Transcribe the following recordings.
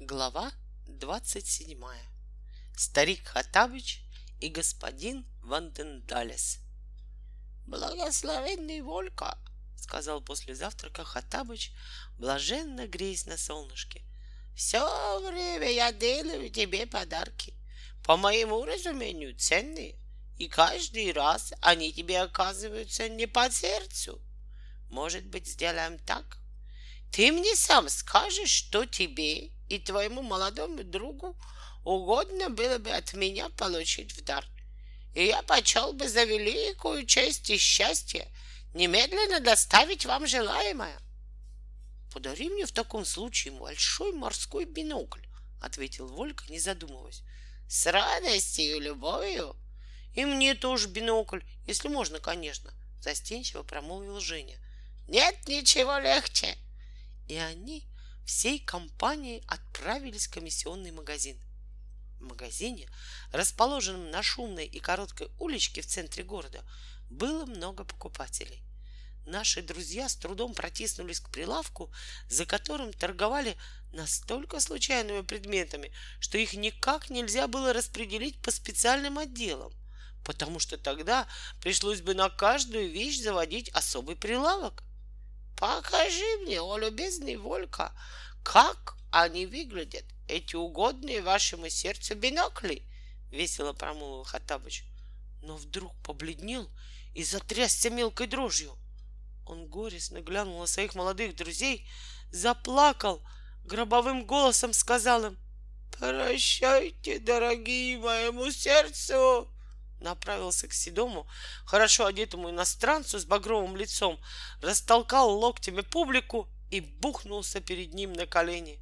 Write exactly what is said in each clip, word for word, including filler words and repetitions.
Глава двадцать седьмая. Старик Хоттабыч и господин Вандендалес. «Благословенный Волька!» — сказал после завтрака Хоттабыч, блаженно греясь на солнышке. «Все время я делаю тебе подарки, по моему разумению ценные, и каждый раз они тебе оказываются не по сердцу. Может быть, сделаем так? Ты мне сам скажешь, что тебе и твоему молодому другу угодно было бы от меня получить в дар, и я почел бы за великую честь и счастье немедленно доставить вам желаемое». «Подари мне в таком случае большой морской бинокль», — ответил Волька, не задумываясь. «С радостью и любовью». «И мне тоже бинокль, если можно, конечно», — застенчиво промолвил Женя. «Нет ничего легче». И они всей компанией отправились в комиссионный магазин. В магазине, расположенном на шумной и короткой уличке в центре города, было много покупателей. Наши друзья с трудом протиснулись к прилавку, за которым торговали настолько случайными предметами, что их никак нельзя было распределить по специальным отделам, потому что тогда пришлось бы на каждую вещь заводить особый прилавок. «Покажи мне, о любезный Волька, как они выглядят, эти угодные вашему сердцу бинокли!» — весело промолвил Хоттабыч, но вдруг побледнел и затрясся мелкой дрожью. Он горестно глянул на своих молодых друзей, заплакал, гробовым голосом сказал им: «Прощайте, дорогие моему сердцу!» Направился к седому, хорошо одетому иностранцу с багровым лицом, растолкал локтями публику и бухнулся перед ним на колени.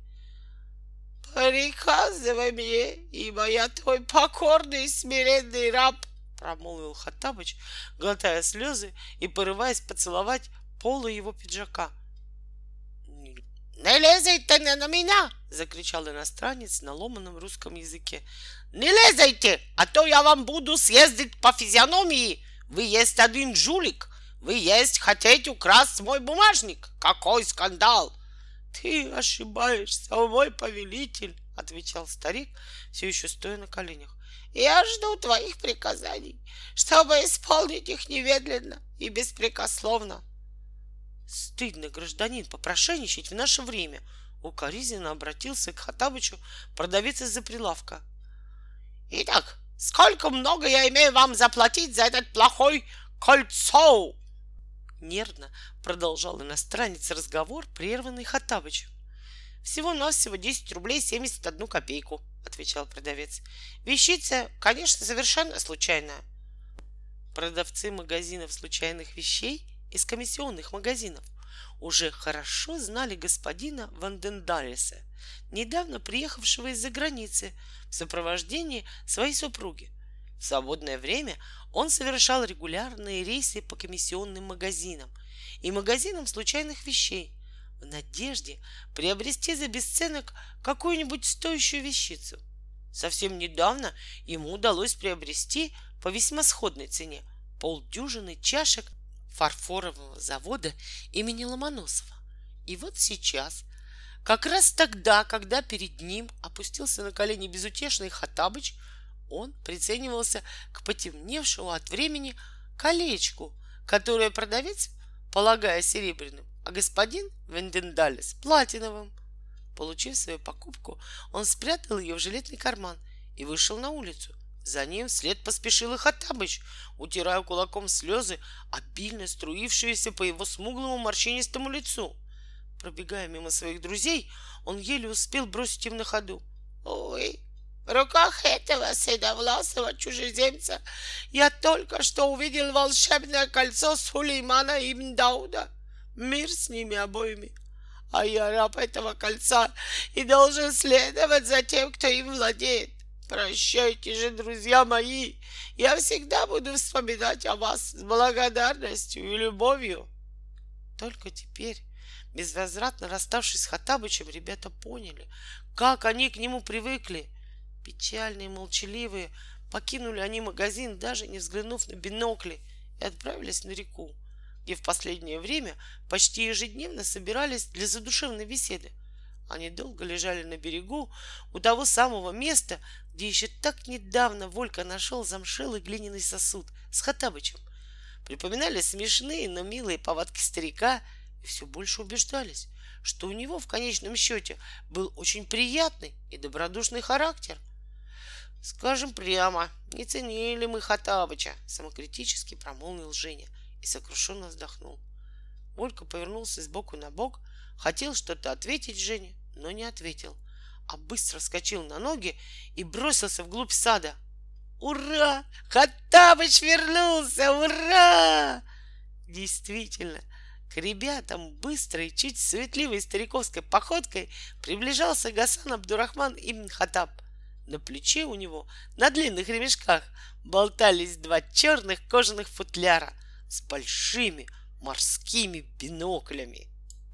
«Приказывай мне, ибо я твой покорный и смиренный раб!» — промолвил Хоттабыч, глотая слезы и порываясь поцеловать полы его пиджака. «Не лезайте на меня!» — закричал иностранец на ломаном русском языке. «Не лезайте, а то я вам буду съездить по физиономии! Вы есть один жулик! Вы есть хотеть украсть мой бумажник! Какой скандал!» «Ты ошибаешься, о мой повелитель!» — отвечал старик, все еще стоя на коленях. «Я жду твоих приказаний, чтобы исполнить их немедленно и беспрекословно». «Стыдно, гражданин, попрошайничать в наше время!» — укоризненно обратился к Хоттабычу продавец из-за прилавка. «Итак, сколько много я имею вам заплатить за этот плохой кольцо?» Нервно продолжал иностранец разговор, прерванный Хоттабычем. «Всего-навсего десять рублей семьдесят одну копейку», — отвечал продавец. «Вещица, конечно, совершенно случайная». Продавцы магазинов случайных вещей из комиссионных магазинов уже хорошо знали господина Вандендалеса, недавно приехавшего из-за границы в сопровождении своей супруги. В свободное время он совершал регулярные рейсы по комиссионным магазинам и магазинам случайных вещей в надежде приобрести за бесценок какую-нибудь стоящую вещицу. Совсем недавно ему удалось приобрести по весьма сходной цене полдюжины чашек фарфорового завода имени Ломоносова. И вот сейчас, как раз тогда, когда перед ним опустился на колени безутешный Хоттабыч, он приценивался к потемневшему от времени колечку, которое продавец, полагая серебряным, а господин Вандендалес платиновым. Получив свою покупку, он спрятал ее в жилетный карман и вышел на улицу. За ним вслед поспешил и Хоттабыч, утирая кулаком слезы, обильно струившиеся по его смуглому морщинистому лицу. Пробегая мимо своих друзей, он еле успел бросить им на ходу: «Ой, в руках этого седовласого чужеземца я только что увидел волшебное кольцо Сулеймана ибн Дауда. Мир с ними обоими! А я раб этого кольца и должен следовать за тем, кто им владеет. Прощайте же, друзья мои, я всегда буду вспоминать о вас с благодарностью и любовью». Только теперь, безвозвратно расставшись с Хоттабычем, ребята поняли, как они к нему привыкли. Печальные и молчаливые покинули они магазин, даже не взглянув на бинокли, и отправились на реку, где в последнее время почти ежедневно собирались для задушевной беседы. Они долго лежали на берегу у того самого места, где еще так недавно Волька нашел замшелый глиняный сосуд с Хоттабычем. Припоминали смешные, но милые повадки старика и все больше убеждались, что у него в конечном счете был очень приятный и добродушный характер. «Скажем прямо, не ценили мы Хоттабыча», — самокритически промолвил Женя и сокрушенно вздохнул. Волька повернулся сбоку на бок, хотел что-то ответить Жене, но не ответил, а быстро вскочил на ноги и бросился вглубь сада. «Ура! Хоттабыч вернулся! Ура!» Действительно, к ребятам быстрой, чуть суетливой стариковской походкой приближался Гасан Абдурахман ибн Хаттаб. На плече у него, на длинных ремешках, болтались два черных кожаных футляра с большими морскими биноклями.